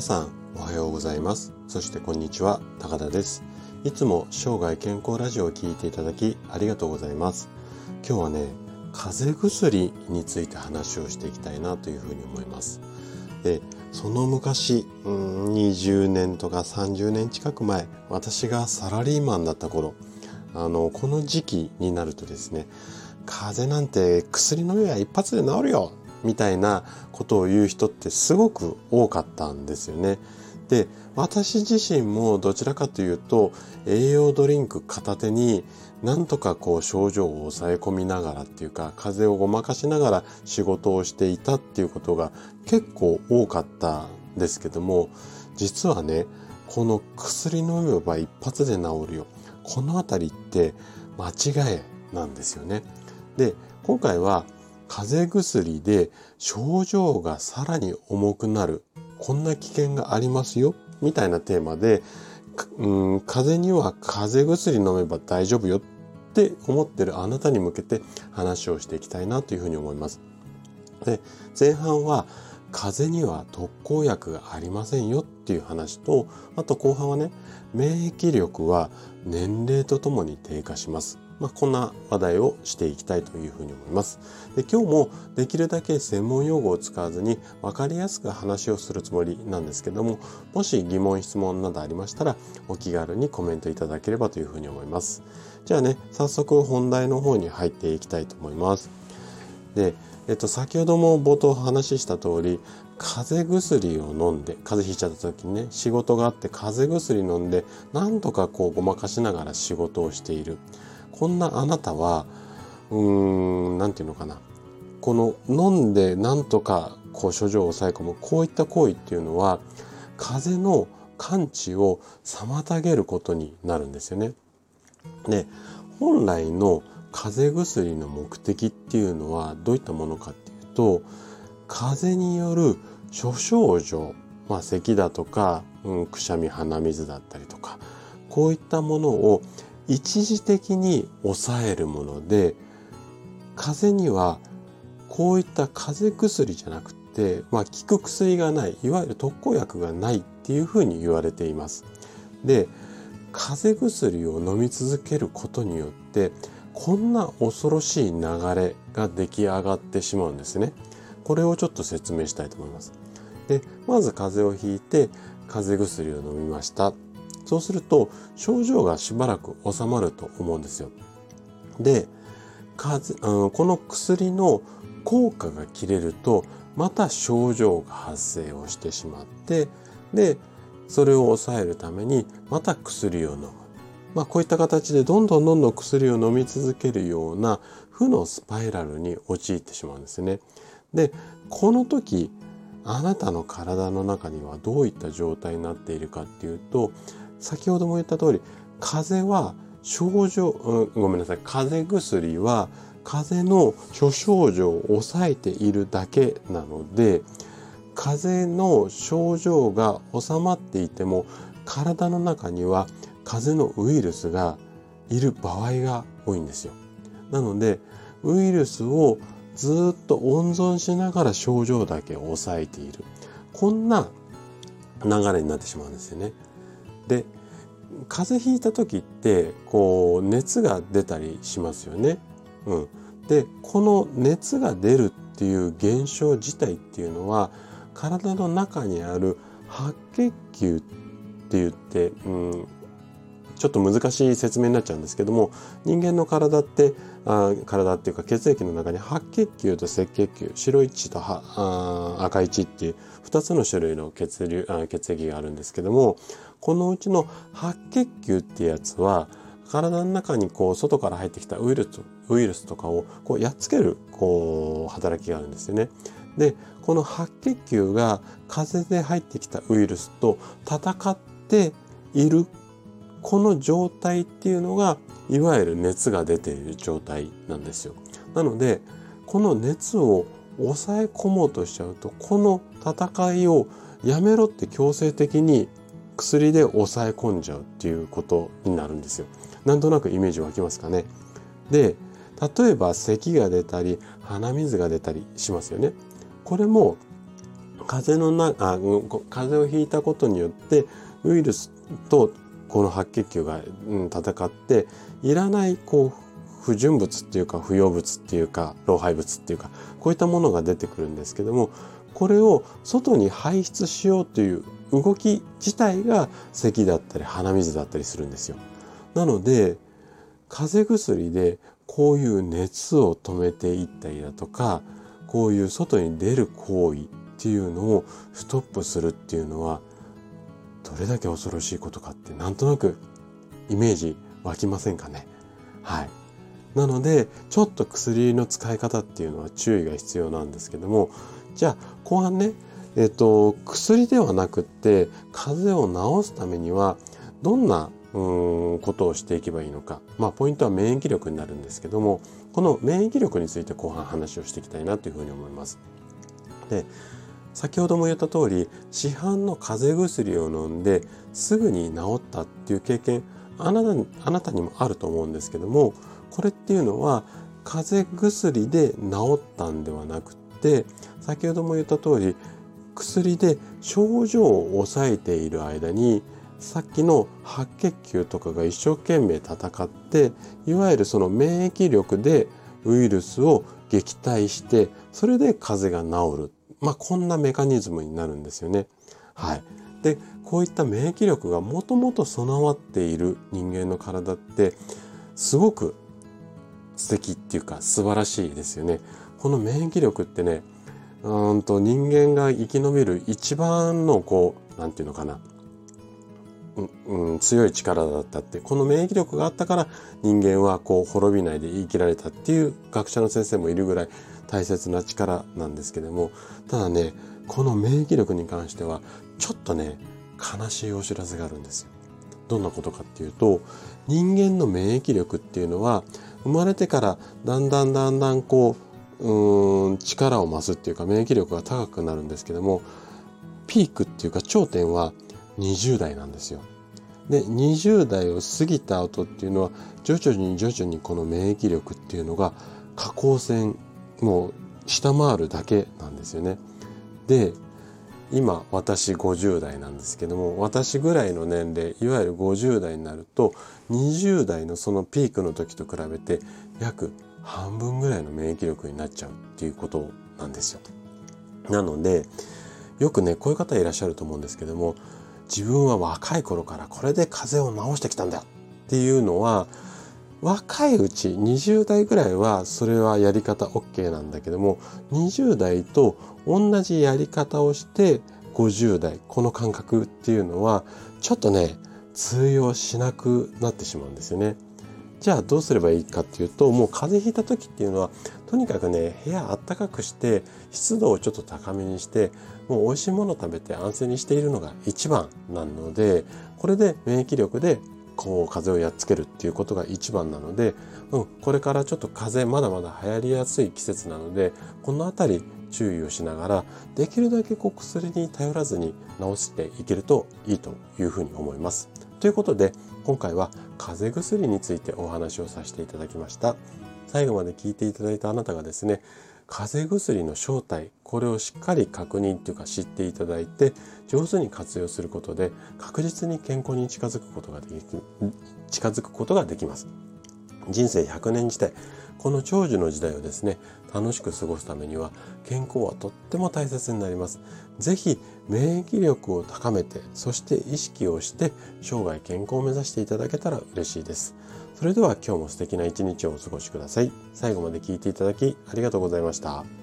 さんおはようございます。そしてこんにちは、高田です。いつも生涯健康ラジオを聞いていただきありがとうございます。今日はね、風邪薬について話をしていきたいなというふうに思います。で、その昔、20年とか30年近く前、私がサラリーマンだった頃、この時期になるとですね、風邪なんて薬飲めば一発で治るよみたいなことを言う人ってすごく多かったんですよね。で、私自身もどちらかというと栄養ドリンク片手になんとか症状を抑え込みながらっていうか、風邪をごまかしながら仕事をしていたっていうことが結構多かったんですけども、実はね、この薬飲めば一発で治るよ、このあたりって間違いなんですよね。で、今回は風邪薬で症状がさらに重くなる、こんな危険がありますよみたいなテーマで、風邪には風邪薬飲めば大丈夫よって思ってるあなたに向けて話をしていきたいなというふうに思います。で、前半は風邪には特効薬がありませんよっていう話と、あと後半はね、免疫力は年齢とともに低下します。こんな話題をしていきたいというふうに思います。で、今日もできるだけ専門用語を使わずに分かりやすく話をするつもりなんですけども、もし疑問質問などありましたらお気軽にコメントいただければというふうに思います。じゃあね、早速本題の方に入っていきたいと思います。で、先ほども冒頭話した通り、風邪薬を飲んで、風邪ひいちゃった時にね、仕事があって風邪薬飲んで、なんとかごまかしながら仕事をしている。こんなあなたは、なんていうのかな。この飲んでなんとか症状を抑え込む、こういった行為っていうのは、風邪の完治を妨げることになるんですよね。で、本来の風邪薬の目的っていうのはどういったものかっていうと、風邪による諸症状、咳だとか、くしゃみ、鼻水だったりとか、こういったものを一時的に抑えるもので、風邪にはこういった風邪薬じゃなくて、効く薬がない、いわゆる特効薬がないっていうふうに言われています。で、風邪薬を飲み続けることによって、こんな恐ろしい流れが出来上がってしまうんですね。これをちょっと説明したいと思います。で、まず風邪をひいて風邪薬を飲みました。そうすると症状がしばらく収まると思うんですよ。で、この薬の効果が切れるとまた症状が発生をしてしまって、で、それを抑えるためにまた薬を飲む。こういった形でどんどん薬を飲み続けるような負のスパイラルに陥ってしまうんですね。で、この時あなたの体の中にはどういった状態になっているかっていうと、先ほども言った通り、風邪は風邪薬は風邪の諸症状を抑えているだけなので、風邪の症状が収まっていても体の中には風邪のウイルスがいる場合が多いんですよ。なのでウイルスをずっと温存しながら症状だけ抑えている、こんな流れになってしまうんですよね。で、風邪ひいた時って熱が出たりしますよね。で、この熱が出るっていう現象自体っていうのは体の中にある白血球って言って、ちょっと難しい説明になっちゃうんですけども、人間の体っていうか血液の中に白血球と赤血球、白い血と赤い血っていう2つの種類の血液があるんですけども、このうちの白血球っていうやつは体の中に外から入ってきたウイルスとかをやっつける働きがあるんですよね。で、この白血球が風邪で入ってきたウイルスと戦っているこの状態っていうのがいわゆる熱が出ている状態なんですよ。なのでこの熱を抑え込もうとしちゃうと、この戦いをやめろって強制的に薬で抑え込んじゃうっていうことになるんですよ。なんとなくイメージ湧きますかね。で、例えば咳が出たり鼻水が出たりしますよね。これも風邪をひいたことによってウイルスとこの白血球が戦って、いらない不純物っていうか不要物っていうか老廃物っていうか、こういったものが出てくるんですけども、これを外に排出しようという動き自体が咳だったり鼻水だったりするんですよ。なので風邪薬でこういう熱を止めていったりだとか、こういう外に出る行為っていうのをストップするっていうのはどれだけ恐ろしいことかって、なんとなくイメージ湧きませんかね。はい。なのでちょっと薬の使い方っていうのは注意が必要なんですけども、じゃあ後半ね、薬ではなくって風邪を治すためにはどんなことをしていけばいいのか。ポイントは免疫力になるんですけども、この免疫力について後半話をしていきたいなというふうに思います。で、先ほども言った通り、市販の風邪薬を飲んですぐに治ったっていう経験、あなたにもあると思うんですけども、これっていうのは風邪薬で治ったんではなくて、先ほども言った通り、薬で症状を抑えている間にさっきの白血球とかが一生懸命戦って、いわゆるその免疫力でウイルスを撃退して、それで風邪が治る。こんなメカニズムになるんですよね。はい。で、こういった免疫力がもともと備わっている人間の体って、すごく素敵っていうか素晴らしいですよね。この免疫力ってね、人間が生き延びる一番のなんていうのかな、強い力だったって、この免疫力があったから人間は滅びないで生きられたっていう学者の先生もいるぐらい大切な力なんですけども、ただね、この免疫力に関してはちょっとね、悲しいお知らせがあるんですよ。どんなことかっていうと、人間の免疫力っていうのは生まれてからだんだん力を増すっていうか免疫力が高くなるんですけども、ピークっていうか頂点は20代なんですよ。で、20代を過ぎた後っていうのは徐々にこの免疫力っていうのが下降線もう下回るだけなんですよね。で、今私50代なんですけども、私ぐらいの年齢、いわゆる50代になると20代のそのピークの時と比べて約半分ぐらいの免疫力になっちゃうっていうことなんですよ。なのでよくね、こういう方いらっしゃると思うんですけども、自分は若い頃からこれで風邪を治してきたんだっていうのは、若いうち20代ぐらいはそれはやり方 OK なんだけども、20代と同じやり方をして50代、この感覚っていうのはちょっとね、通用しなくなってしまうんですよね。じゃあどうすればいいかっていうと、もう風邪ひいた時っていうのはとにかくね、部屋あったかくして湿度をちょっと高めにして、もう美味しいものを食べて安静にしているのが一番なので、これで免疫力で風邪をやっつけるっていうことが一番なので、これからちょっと風邪まだまだ流行りやすい季節なので、このあたり注意をしながら、できるだけ薬に頼らずに治していけるといいというふうに思います。ということで、今回は風邪薬についてお話をさせていただきました。最後まで聞いていただいたあなたがですね、風邪薬の正体、これをしっかり確認というか知っていただいて、上手に活用することで確実に健康に近づくことができます。人生100年時代、この長寿の時代をですね、楽しく過ごすためには健康はとっても大切になります。ぜひ免疫力を高めて、そして意識をして生涯健康を目指していただけたら嬉しいです。それでは今日も素敵な一日をお過ごしください。最後まで聞いていただきありがとうございました。